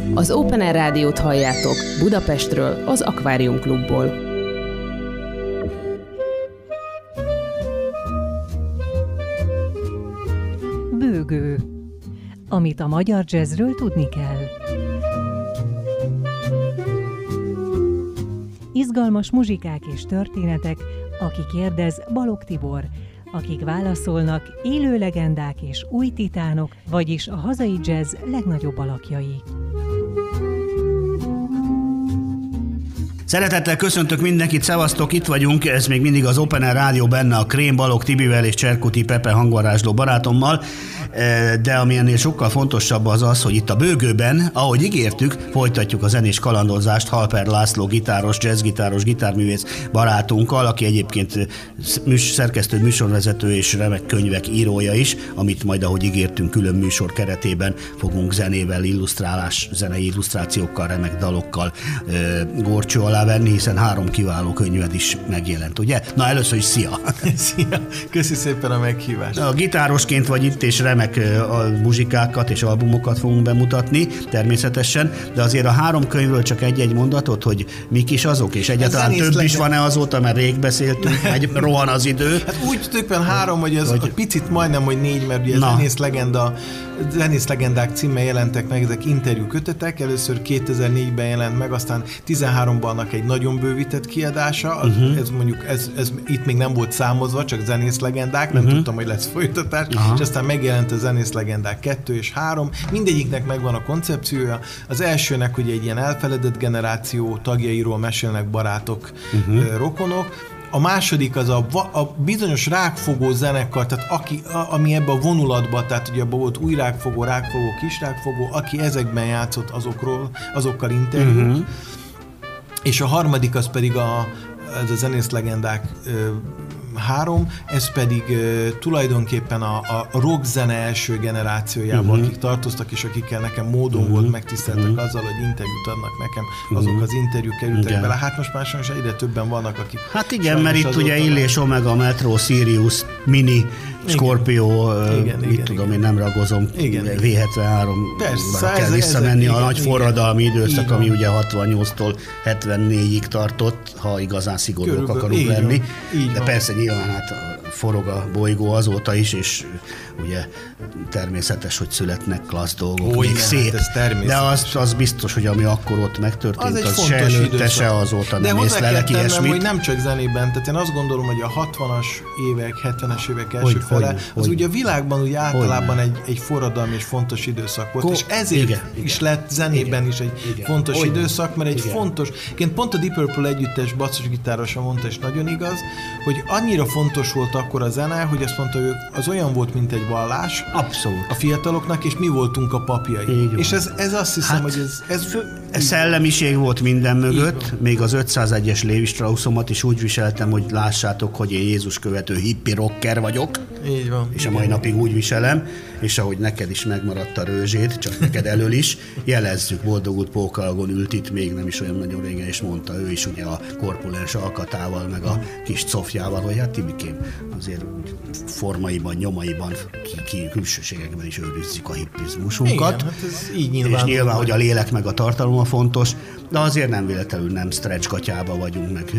Az Open Air Rádiót halljátok Budapestről, az Akvárium Klubból. Bőgő. Amit a magyar jazzről tudni kell. Izgalmas muzsikák és történetek, aki kérdez Balogh Tibor, akik válaszolnak élő legendák és új titánok, vagyis a hazai jazz legnagyobb alakjai. Szeretettel köszöntök mindenkit, szevasztok, itt vagyunk, ez még mindig az Open Air Rádió, benne a Krém Balogh Tibivel és Cserkuti Pepe hangvarázsló barátommal, de ami ennél sokkal fontosabb az az, hogy itt a Bőgőben, ahogy ígértük, folytatjuk a zenés kalandozást Halper László gitáros, jazzgitáros, gitárművész barátunkkal, aki egyébként szerkesztő, műsorvezető és remek könyvek írója is, amit majd, ahogy ígértünk, külön műsor keretében fogunk zenével, zenei illusztrációkkal, remek dalokkal górcső alá venni, hiszen 3 kiváló könyved is megjelent, ugye? Na, először is szia! Szia! Köszi szépen a meghívást! A gitárosként vagy itt, és remek muzsikákat és albumokat fogunk bemutatni, természetesen, de azért a 3 könyvről csak egy-egy mondatot, hogy mik is azok, és egyáltalán több is van-e azóta, mert rég beszéltünk, meg rohan az idő. Hát úgy tulajdonképpen 3, hogy ez vagy... picit majdnem, hogy 4, mert ugye Zenész legendák címmel jelentek meg, ezek interjú kötetek, először 2004-ben jelent meg, aztán 13-ban annak egy nagyon bővített kiadása, ez mondjuk, ez itt még nem volt számozva, csak zenész legendák, nem tudtam, hogy lesz folytatás, és aztán megjelent a zenész legendák 2 és 3, mindegyiknek megvan a koncepciója, az elsőnek ugye egy ilyen elfeledett generáció tagjairól mesélnek barátok, rokonok, a második az a bizonyos rákfogó zenekar, tehát ami ebbe a vonulatba, tehát ugye abban volt új rákfogó, kis rákfogó, aki ezekben játszott azokkal interjú. És a harmadik az pedig ez a zenész legendák 3, ez pedig tulajdonképpen a rockzene első generációjában, akik tartoztak, és akikkel nekem módon volt, megtiszteltek azzal, hogy interjút adnak nekem, azok az interjúk kerültek bele. Hát most már sajnos egyre többen vannak, akik... Hát igen, mert itt ugye Illés Omega, Metro, Sirius, Mini, Scorpio, mit tudom, én nem ragozom, V73-ra kell visszamenni, a nagy forradalmi időszak, ami ugye 68-tól 74-ig tartott, ha igazán szigorúak akarunk lenni. De persze nyilván hát forog a bolygó azóta is, és ugye természetes, hogy születnek klassz dolgok, még szép. De az biztos, hogy ami akkor ott megtörtént, az se előtte, se azóta nem ész lelek ilyesmit. Hogy nem csak zenében, tehát én azt gondolom, hogy a 60-as évek, 70-es évek első fele, az ugye a világban ugye általában egy forradalmi és fontos időszak volt, és ezért is lett zenében is egy fontos időszak, mert egy fontos, pont a Deep Purple együttes basszusgitárosa mondta, és nagyon igaz, hogy annyira fontos volt akkor a zene, hogy azt mondta, hogy az olyan volt, mint egy vallás. Abszolút. A fiataloknak, és mi voltunk a papjai. És ez azt hiszem, hogy ez szellemiség volt minden mögött, még az 501-es Lévi Straussomat is úgy viseltem, hogy lássátok, hogy én Jézus követő hippi rocker vagyok. Így van. És a mai napig úgy viselem, és ahogy neked is megmaradt a rőzsét, csak neked elől is, jelezzük, boldogult pókalgon ült itt még nem is olyan nagyon régen, és mondta ő is ugye a korpulens alkatával, meg a kis cofjával, hogy hát Tibikém, azért formaiban, nyomaiban, külsőségekben is őrizzük a hippizmusunkat. Igen, hát ez így nyilván. És nyilván, hogy a lélek meg a tartalom a fontos, de azért nem véletlenül nem stretch gatyába vagyunk, meg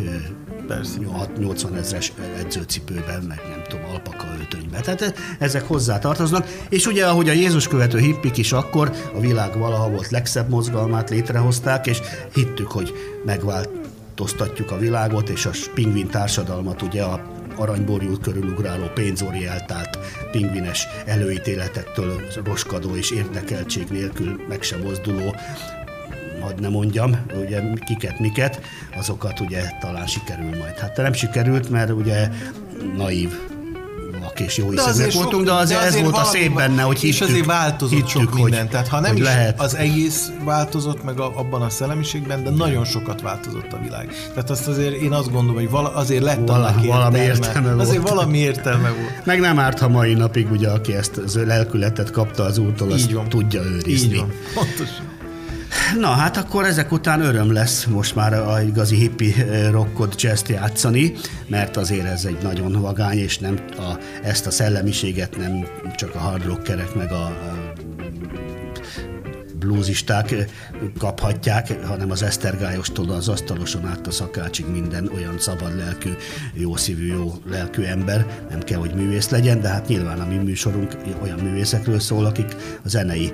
80 000-es edzőcipőben, meg nem tudom, alpaka öltönyben. Tehát ezek hozzá tartoznak. És ugye, ahogy a Jézus követő hippik is akkor a világ valaha volt legszebb mozgalmát létrehozták, és hittük, hogy megváltoztatjuk a világot, és a pingvin társadalmat ugye a aranyborjú körülugráló, pénzorientált pingvines előítéletektől roskadó és érdekeltség nélkül meg sem mozduló, hadd ne mondjam, ugye miket, azokat ugye talán sikerül majd. Hát nem sikerült, mert ugye naív és jó hiszeműek voltunk, de azért ez volt a szép benne, hogy hittük. És azért változott sok minden, tehát ha nem is lehet. Az egész változott meg abban a szellemiségben, de nagyon sokat változott a világ. Tehát azt azért én azt gondolom, hogy azért lett annak értelme. Azért valami értelme volt. Meg nem árt, ha mai napig ugye, aki ezt az lelkületet kapta az úrtól, azt tudja őrizni. Így van, pontosan. Na, hát akkor ezek után öröm lesz most már a igazi hippi rockot, jazzt játszani, mert azért ez egy nagyon vagány, és nem ezt a szellemiséget nem csak a hard rockerek meg a bluesisták kaphatják, hanem az esztergályostól az asztaloson át a szakácsig minden olyan szabad lelkű, jó szívű, jó lelkű ember, nem kell, hogy művész legyen, de hát nyilván a mi műsorunk olyan művészekről szól, akik a zenei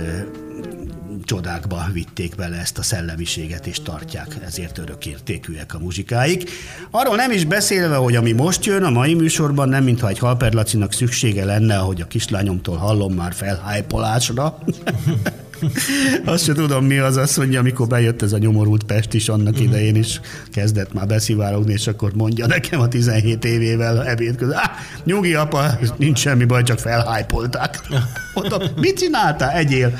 csodákba vitték bele ezt a szellemiséget, és tartják, ezért örökértékűek a muzsikáik. Arról nem is beszélve, hogy ami most jön a mai műsorban, nem mintha egy Halper Lacinak szüksége lenne, ahogy a kislányomtól hallom már felhájpolásra. Azt se tudom, mi az, azt mondja, amikor bejött ez a nyomorult Pest is, annak idején is kezdett már beszivárogni, és akkor mondja nekem a 17 évével ebéd közben, nyugi apa, nincs semmi baj, csak felhájpolták. Mondom, mit csináltál? Egyél.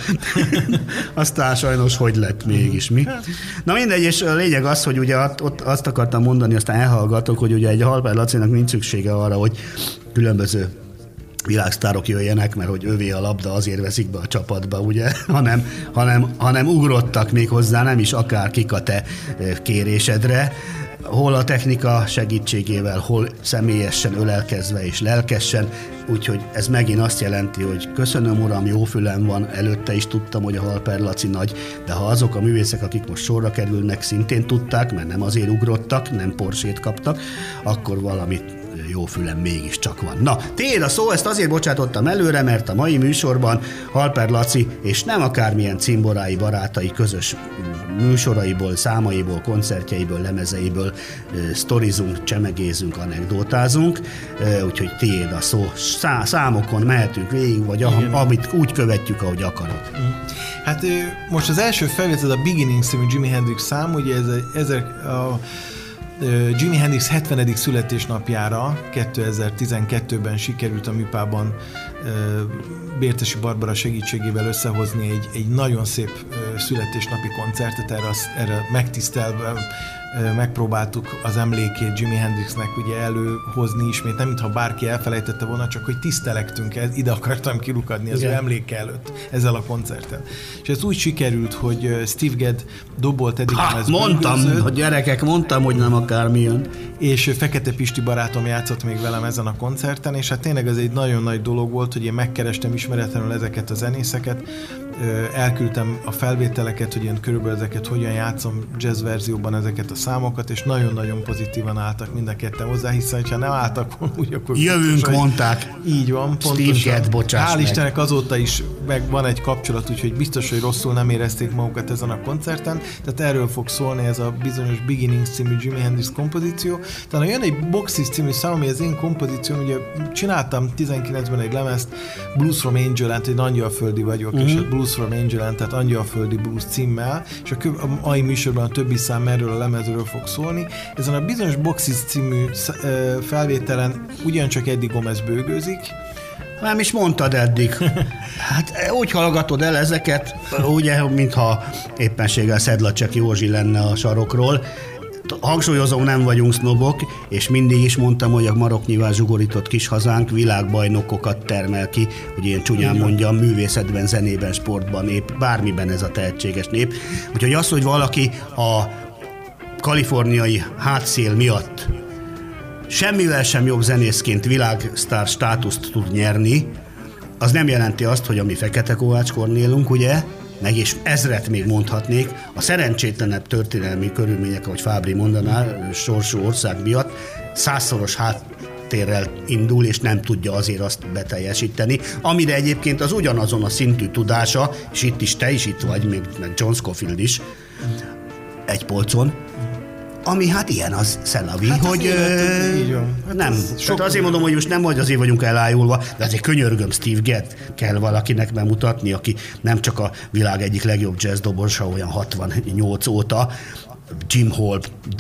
Aztán sajnos hogy lett mégis mi? Na mindegy, és a lényeg az, hogy ugye ott azt akartam mondani, aztán elhallgatok, hogy ugye egy Halper Lacinak nincs szüksége arra, hogy különböző világsztárok jöjjenek, mert hogy övé a labda, azért veszik be a csapatba, ugye, hanem ugrottak még hozzá, nem is akárkik a te kérésedre, hol a technika segítségével, hol személyesen ölelkezve és lelkesen, úgyhogy ez megint azt jelenti, hogy köszönöm uram, jó fülem van, előtte is tudtam, hogy a Halper Laci nagy, de ha azok a művészek, akik most sorra kerülnek, szintén tudták, mert nem azért ugrottak, nem Porsét kaptak, akkor valamit jó fülem mégiscsak van. Na, tiéd a szó, ezt azért bocsátottam előre, mert a mai műsorban Halper Laci és nem akármilyen cimborái barátai közös műsoraiból, számaiból, koncertjeiből, lemezeiből sztorizunk, csemegézünk, anekdotázunk, úgyhogy tiéd a szó. Számokon mehetünk végig, vagy amit úgy követjük, ahogy akarod. Hát most az első felvétel a Beginnings című Jimi Hendrix szám, ugye ez a Jimi Hendrix 70. születésnapjára 2012-ben sikerült a Műpában Bértesi Barbara segítségével összehozni egy nagyon szép születésnapi koncertet, erre megtisztelve megpróbáltuk az emlékét Jimi Hendrixnek ugye előhozni ismét, nem mintha bárki elfelejtette volna, csak hogy tisztelektünk, ide akartam kirukadni az ő emléke előtt ezzel a koncerten. És ez úgy sikerült, hogy Steve Gadd dobolt eddig mondtam, hogy gyerekek, mondtam, hogy nem akármi jön. És Fekete Pisti barátom játszott még velem ezen a koncerten, és hát tényleg ez egy nagyon nagy dolog volt, hogy én megkerestem ismeretlenül ezeket a zenészeket, elküldtem a felvételeket, hogy én körülbelül ezeket hogyan játszom jazz verzióban ezeket a számokat, és nagyon-nagyon pozitívan álltak mind a ketten hozzá, hiszen ha nem álltak úgy, akkor... Jövünk, mondták. Így van, pontosan. Steve Gadd, bocsáss Hál' meg. Istennek azóta is meg van egy kapcsolat, úgyhogy biztos, hogy rosszul nem érezték magukat ezen a koncerten, tehát erről fog szólni ez a bizonyos Beginnings című Jimi Hendrix kompozíció. Tehát jön egy Boxes című szám, ami az én kompozícióm, ugye csináltam 19-ben egy lemezt, Blues from Angel-en, egy angyalföldi vagyok, és a Blues from Angel-en, tehát angyalföldi blues címmel, és a mai műsorban a többi szám erről a lemezről fog szólni. Ezen a bizonyos Boxes című felvételen ugyancsak Eddie Gomez bőgőzik. Nem is mondtad eddig. Hát úgy hallgatod el ezeket, ugye, mintha éppenséggel Szedlacsek Józsi lenne a sarokról. Hangsúlyozom, nem vagyunk sznobok, és mindig is mondtam, hogy a maroknyiván zsugorított kis hazánk világbajnokokat termel ki, hogy ilyen csúnyán mondjam, művészetben, zenében, sportban, épp bármiben ez a tehetséges nép. Úgyhogy az, hogy valaki a kaliforniai hátszél miatt semmivel sem jobb zenészként világsztár státuszt tud nyerni, az nem jelenti azt, hogy a mi Fekete Kovács Kornélunk, ugye, meg és ezret még mondhatnék, a szerencsétlenebb történelmi körülmények, ahogy Fábri mondaná, sorsú ország miatt 100-szoros háttérrel indul, és nem tudja azért azt beteljesíteni, amire egyébként az ugyanazon a szintű tudása, és itt is te is itt vagy, meg John Scofield is, egy polcon, ami hát ilyen az szellavi, hát hogy nem. Tehát azért mondom, hogy most nem vagy azért vagyunk elájulva, de azért könyörgöm, Steve Gadd kell valakinek bemutatni, aki nem csak a világ egyik legjobb jazz-dobosa, olyan 68 óta, Jim Hall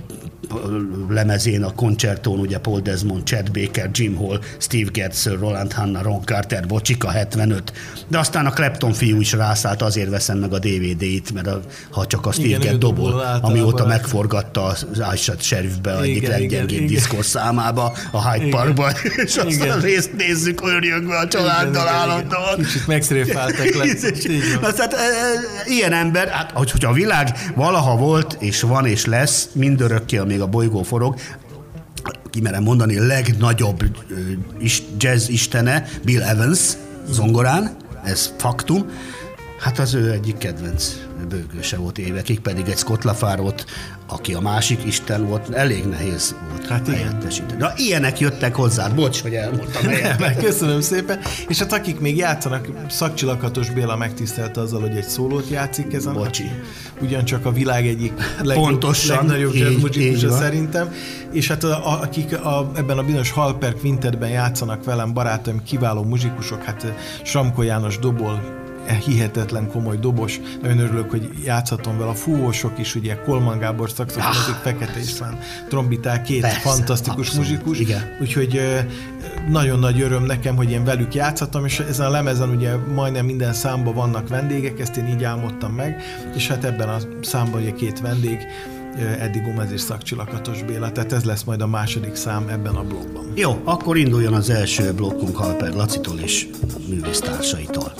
lemezén, a koncertón, ugye Paul Desmond, Chet Baker, Jim Hall, Steve Gadd, Sir Roland Hanna, Ron Carter, Bocsika 75, de aztán a Clapton fiú is rászállt, azért veszem meg a DVD-t, mert ha csak a Steve Gadd dobol, amióta megforgatta az Aishat Sheriffbe egyik leggyengébb diszkos számába, a Hyde Parkba, és azt a részt nézzük örjöngve a családdal állandóan. Kicsit megszréfáltak le. Tehát ilyen ember, hát, hogyha a világ valaha volt, és van, és lesz, mindörökké, amíg a bolygó forog, kimerem mondani, a legnagyobb jazz istene, Bill Evans zongorán, ez faktum. Hát az ő egyik kedvenc bőgőse volt évekig, pedig egy Scott LaFaro-t, aki a másik isten volt, elég nehéz volt helyettesíteni. Na, ilyenek jöttek hozzád, bocs, hogy elmondtam helyet. Köszönöm szépen. És hát akik még játszanak, Szakcsilakatos Béla megtisztelte azzal, hogy egy szólót játszik ezen. Bocsi. Ugyancsak a világ egyik legnagyobb jazzmuzsikusa szerintem. És hát akik ebben a bizonyos Halper Quintetben játszanak velem, barátaim, kiváló muzsikusok, hát Sramko János dobol, hihetetlen komoly dobos, nagyon örülök, hogy játszhatom vele, a fúvósok is, ugye Kolman Gábor szaxofonozik, Fekete István trombitál, két fantasztikus muzsikus, úgyhogy nagyon nagy öröm nekem, hogy én velük játszhatom, és ezen a lemezen ugye majdnem minden számban vannak vendégek, ezt én így álmodtam meg, és hát ebben a számban ugye két vendég, Eddi Gomez és Szakcsilakatos Béla, tehát ez lesz majd a második szám ebben a blokkban. Jó, akkor induljon az első blokkunk Halper Lacitól és művésztársaitól.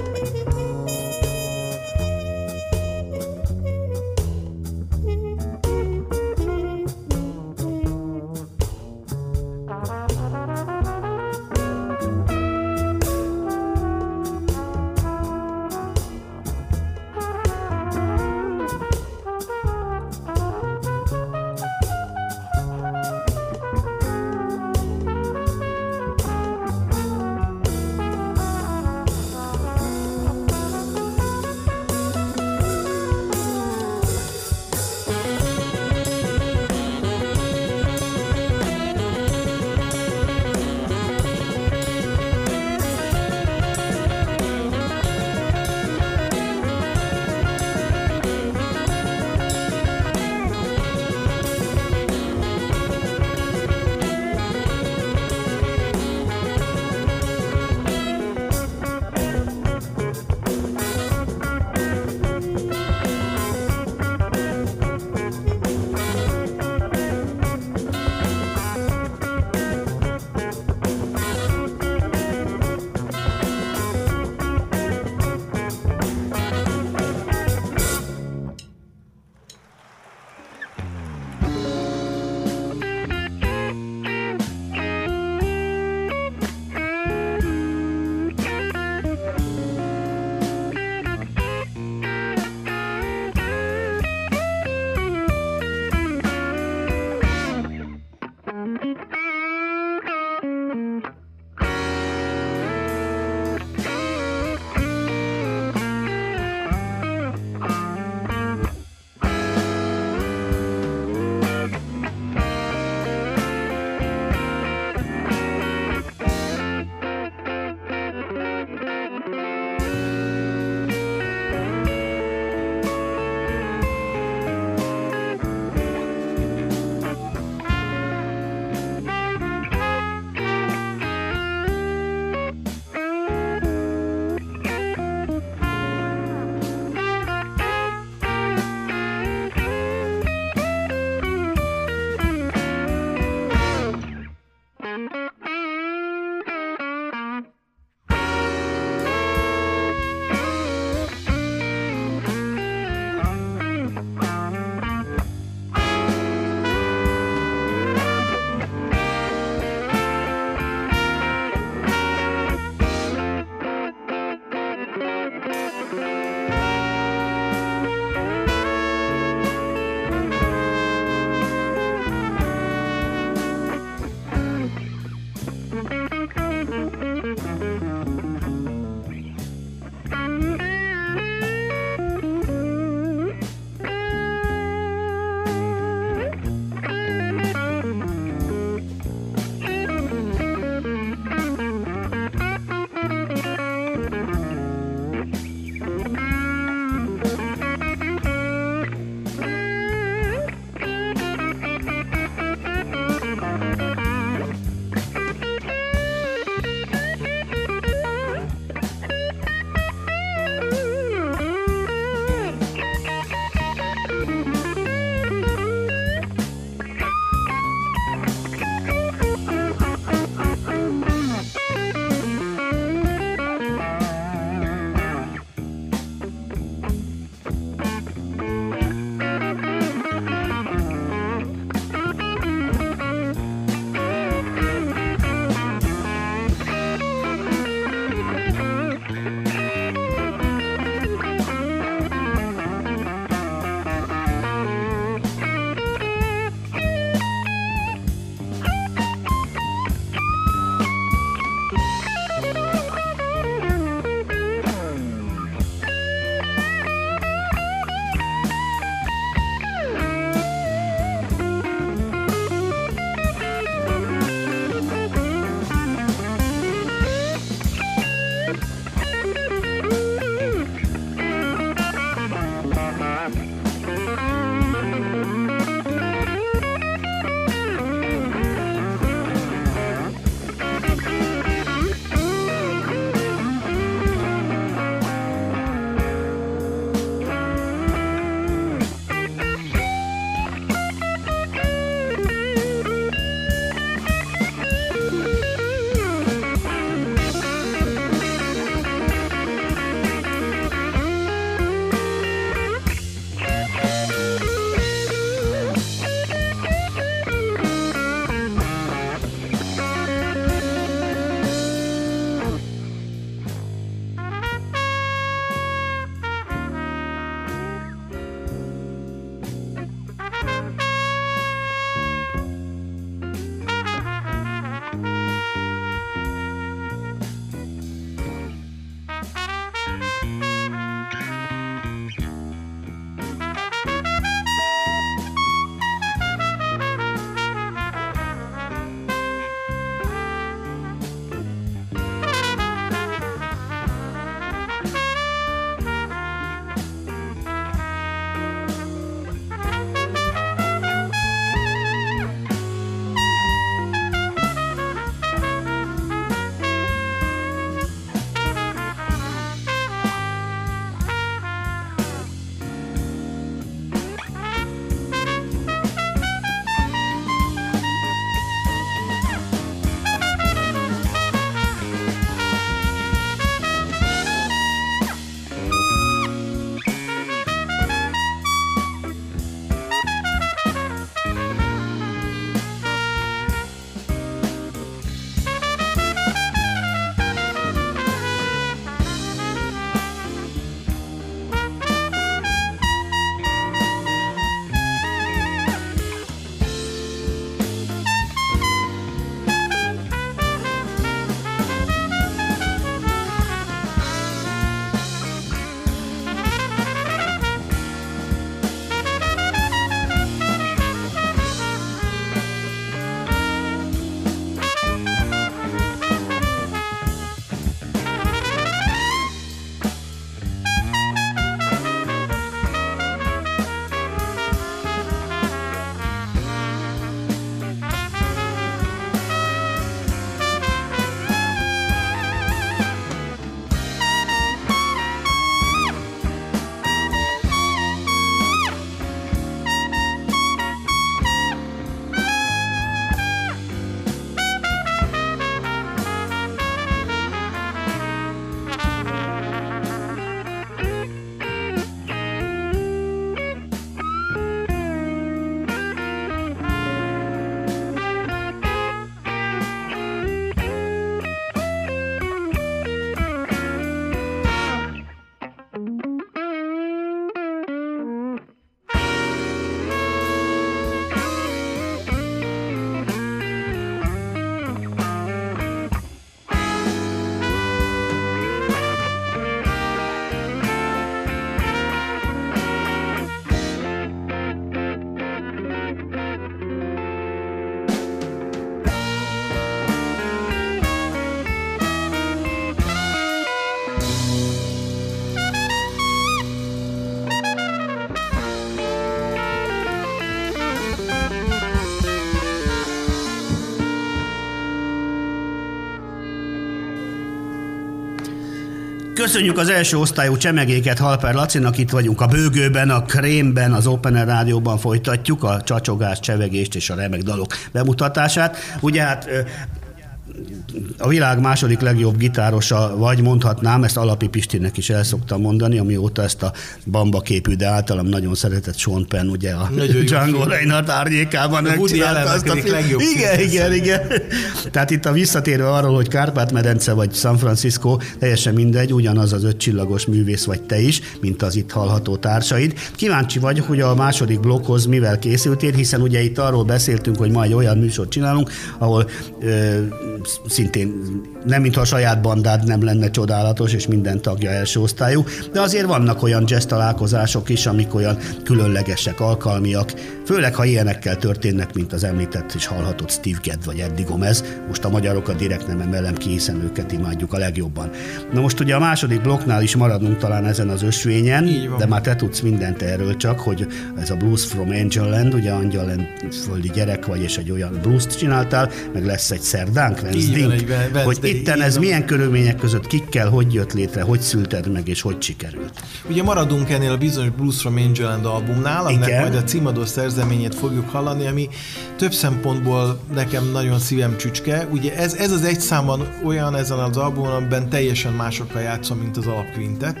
Köszönjük az első osztályú csemegéket Halper Lacinak, itt vagyunk a Bőgőben, a Krémben, az Open Air Rádióban folytatjuk a csacsogást, csevegést és a remek dalok bemutatását. Ugye hát a világ második legjobb gitárosa vagy, mondhatnám, ezt Alapi Pistinek is el szoktam mondani, amióta ezt a bamba képű, de általam nagyon szeretett Sean Penn, ugye a Django Reinhardt árnyékában megcsinálta azt a film. Igen. Tehát itt a visszatérve arról, hogy Kárpát-medence vagy San Francisco, teljesen mindegy, ugyanaz az 5 csillagos művész vagy te is, mint az itt hallható társaid. Kíváncsi vagyok, hogy a második blokkhoz mivel készültél, hiszen ugye itt arról beszéltünk, hogy ma egy olyan műsort csinálunk, ahol szintén nem mintha a saját bandád nem lenne csodálatos, és minden tagja első osztályú, de azért vannak olyan jazz találkozások is, amik olyan különlegesek, alkalmiak, főleg ha ilyenekkel történnek, mint az említett és hallhatott Steve Gadd vagy Eddie Gomez. Most a magyarokat direkt nem emelem ki, hiszen őket imádjuk a legjobban. Na most ugye a második blokknál is maradunk talán ezen az ösvényen, de már te tudsz mindent erről csak, hogy ez a Blues from Angel Land, ugye Angyalland földi gyerek vagy, és egy olyan blues-t csináltál, meg lesz egy szerdánk, hogy itten ez milyen körülmények között kikkel, hogy jött létre, hogy szülted meg, és hogy sikerült. Ugye maradunk ennél a bizonyos Blues from Angel Land albumnál, aminek majd a címadó szerzeményét fogjuk hallani, ami több szempontból nekem nagyon szívem csücske. Ugye ez az egy számban olyan ezen az albumon, amiben teljesen másokkal játszom, mint az alapkvintet.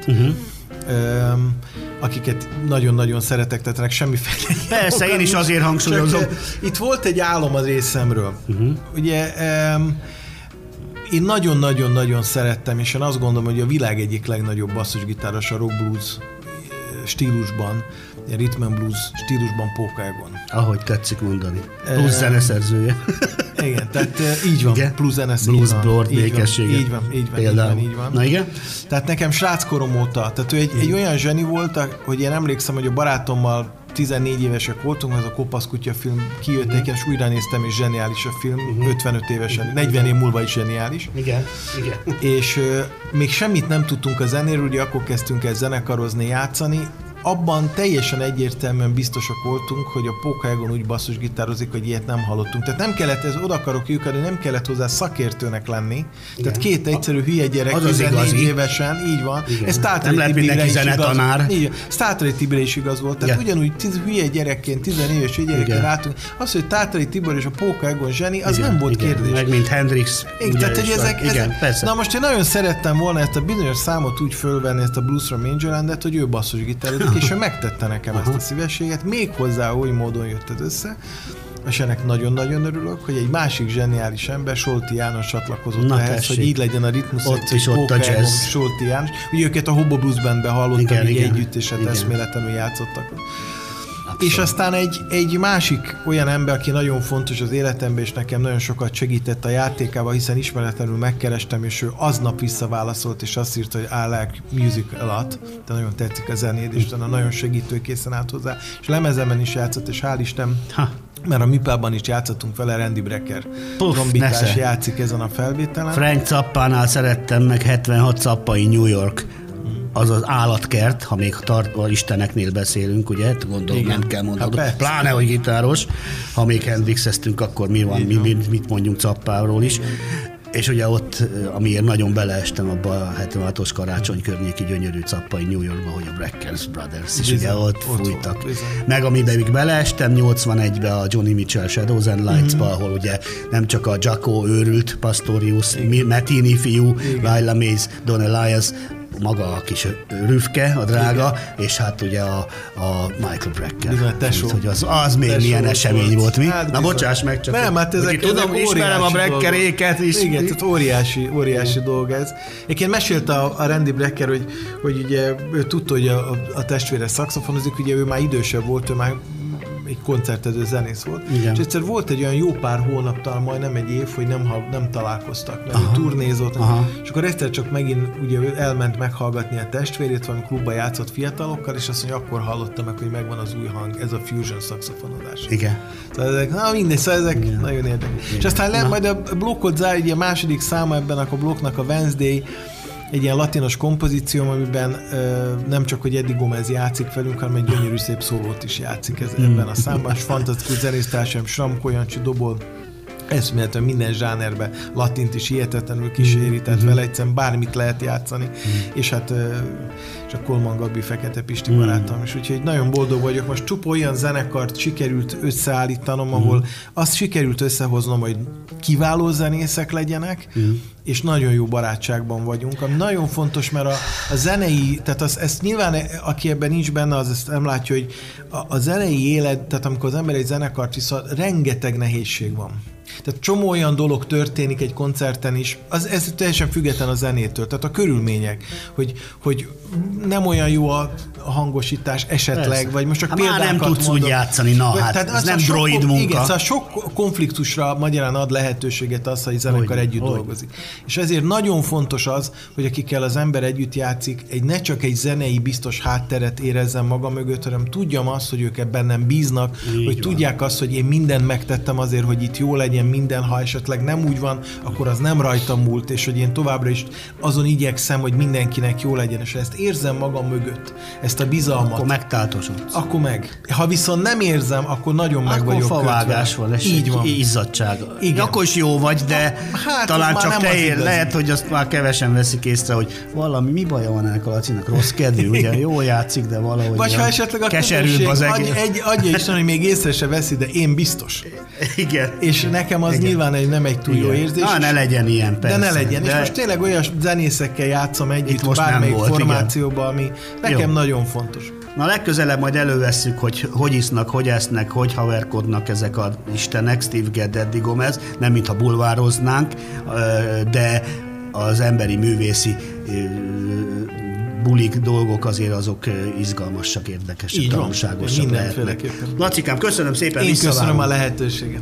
Akiket nagyon-nagyon szeretek, tehát ennek semmiféle... Persze, én is azért hangsúlyozom. Itt volt egy álom az részemről. Ugye én nagyon-nagyon-nagyon szerettem, és én azt gondolom, hogy a világ egyik legnagyobb basszusgitáros a rock blues stílusban, a rhythm and blues stílusban Póka Egon. Ahogy tetszik mondani. Plusz zeneszerzője. Igen, tehát így van, igen? Plusz zeneszerzője. Blues Broad békessége. Így van. Na igen? Tehát nekem sráckorom óta, tehát ő egy olyan zseni volt, hogy én emlékszem, hogy a barátommal 14 évesek voltunk, ez a Kopaszkutya film kijött, és újra néztem, és zseniális a film, 55 évesen, 40 év múlva is zseniális. Igen. És még semmit nem tudtunk a zenéről, ugye akkor kezdtünk el zenekarozni, játszani, abban teljesen egyértelműen biztosak voltunk, hogy a Póka Egon úgy basszusgitározik, hogy ilyet nem hallottunk. Tehát nem kellett, ez oda akarok lyukadni, nem kellett hozzá szakértőnek lenni. Igen. Tehát két egyszerű hülye gyerek, 14 évesen, így van. Ez Tátrai Tibire is igaz. Ez Tátrai Tibire is igaz volt. Tehát ugyanúgy hülye gyerekként, 14 éves gyerekként látunk. Az, hogy Tátrai Tibor és a Póka Egon zseni, az nem volt kérdés. Meg mint Hendrix. Tehát, hogy ezek. Na most én nagyon szerettem volna ezt a bizonyos számot úgy fölvenni, ezt a Blues from Angel Landet, hogy ő basszusgitározik, és ő megtette nekem ezt a szívességet, méghozzá oly módon jött ez össze, és ennek nagyon-nagyon örülök, hogy egy másik zseniális ember, Solti János csatlakozott ehhez, hogy így legyen a ritmus, ott is ott a jazz. Solti János. Ugye őket a Hobo Blues Bandben hallottam, így együtt, és hát eszméletlenül játszottak. Abszolút. És aztán egy másik olyan ember, aki nagyon fontos az életemben, és nekem nagyon sokat segített a játékával, hiszen ismeretlenül megkerestem, és ő aznap visszaválaszolt, és azt írta, hogy I like music a lot, de nagyon tetszik a zenéd, és nagyon segítőkészen állt hozzá, és lemezemen is játszott, és hál' Isten, mert a Műpában is játszottunk vele, Randy Brecker trombitás játszik ezen a felvételen. Frank Zappánál szerettem meg 76 Zappai New York. Az az állatkert, ha még isteneknél beszélünk, ugye? Gondolom, igen. Nem kell mondanom. Pláne, hogy gitáros. Ha még Hendrixeztünk, akkor mi van, mit mondjunk Zappáról is. Igen. És ugye ott, amiért nagyon beleestem abba a 76-os karácsony környéki gyönyörű Zappai New Yorkba, hogy a Breckers Brothers is ugye ott fújtak. Meg amiben még beleestem 81-be a Johnny Mitchell Shadows and Lights-ba, ahol ugye nem csak a Jacko őrült, Pastorius, Metini fiú, Laila Mays, Don Elias, maga a kis Rüfke, a drága, és hát ugye a Michael Brecker. Hogy az még milyen esemény volt, mi? Hát, na bocsáss meg csak. Nem, hát ezek ismerem a Breckeréket is. Igen, tehát óriási dolog ez. Egyébként mesélte a Randy Brecker, hogy ugye ő tudta, hogy a testvére szaxofonozik, ugye ő már idősebb volt, ő már egy koncertező zenész volt. Igen. És egyszer volt egy olyan jó pár hónap, talán majdnem egy év, hogy nem találkoztak, mert ő turnézott, és akkor egyszer csak megint ugye elment meghallgatni a testvérét, valami klubban játszott fiatalokkal, és azt mondja, akkor hallottam meg, hogy megvan az új hang, ez a fusion szaxofonozás. Igen. Szóval ezek nagyon érdekes. És aztán majd a blokkot zár, ugye a második száma ebben a blokknak a Wednesday, egy ilyen latinos kompozíció, amiben nem csak, hogy Eddie Gomez játszik velünk, hanem egy gyönyörű szép szólót is játszik ebben a számban, és fantasztikus zenésztársam, Sramko Jancsi dobol, eszméletlen minden zsánerbe, latint is hihetetlenül kíséri, tehát vele egyszerűen bármit lehet játszani, és hát csak Kolman Gabi, Fekete Pisti barátom is, úgyhogy nagyon boldog vagyok. Most csupa olyan zenekart sikerült összeállítanom, ahol azt sikerült összehoznom, hogy kiváló zenészek legyenek, és nagyon jó barátságban vagyunk, ami nagyon fontos, mert a zenei, tehát ezt nyilván, aki ebben nincs benne, az ezt nem látja, hogy a zenei élet, tehát amikor az ember egy zenekart visz, rengeteg nehézség van. Tehát csomó olyan dolog történik egy koncerten is, ez teljesen független a zenétől, tehát a körülmények, hogy nem olyan jó a hangosítás esetleg, persze. Vagy most csak példákat már nem tudsz mondok. úgy játszani, tehát ez nem droid munka. Igen, szóval sok konfliktusra magyarán ad lehetőséget az, hogy zenekar együtt dolgozik. És ezért nagyon fontos az, hogy akikkel az ember együtt játszik, ne csak egy zenei biztos hátteret érezzen maga mögött, hanem tudjam azt, hogy ők ebben nem bíznak, így hogy van. Tudják azt, hogy én mindent megtettem azért, hogy itt jó legyen minden, ha esetleg nem úgy van, akkor az nem rajtam múlt, és hogy én továbbra is azon igyekszem, hogy mindenkinek jó legyen, és ezt érzem magam mögött, ezt a bizalmat. Akkor megtáltosodsz. Akkor meg. Ha viszont nem érzem, akkor nagyon meg vagyok kötve. Akkor favágás van, és így van. Izzadság. Igen. Akkor is jó vagy, de talán csak te lehet, hogy azt már kevesen veszik észre, hogy valami, mi baja van ennek a Lacinak, rossz kedvű, ugye jó játszik, de valahogy vagy ha esetleg a keserűbb az egész. Adja Isten, hogy még észre se veszi, de én biztos. Igen. És nekem az nyilván nem egy túl jó érzés. Ne legyen ilyen, persze. De ne legyen. És most tényleg olyan zenészekkel játszom együtt bármelyik formációban, ami nekem nagyon fontos. Na legközelebb majd elővesszük, hogy isznak, hogy esznek, hogy haverkodnak ezek az istenek, Steve Gadd, Eddie Gomez, nem mintha bulvároznánk, de az emberi művészi bulik, dolgok azért azok izgalmasak, érdekesek, tanulságosak lehetnek. Lacikám, köszönöm szépen, én köszönöm a lehetőséget.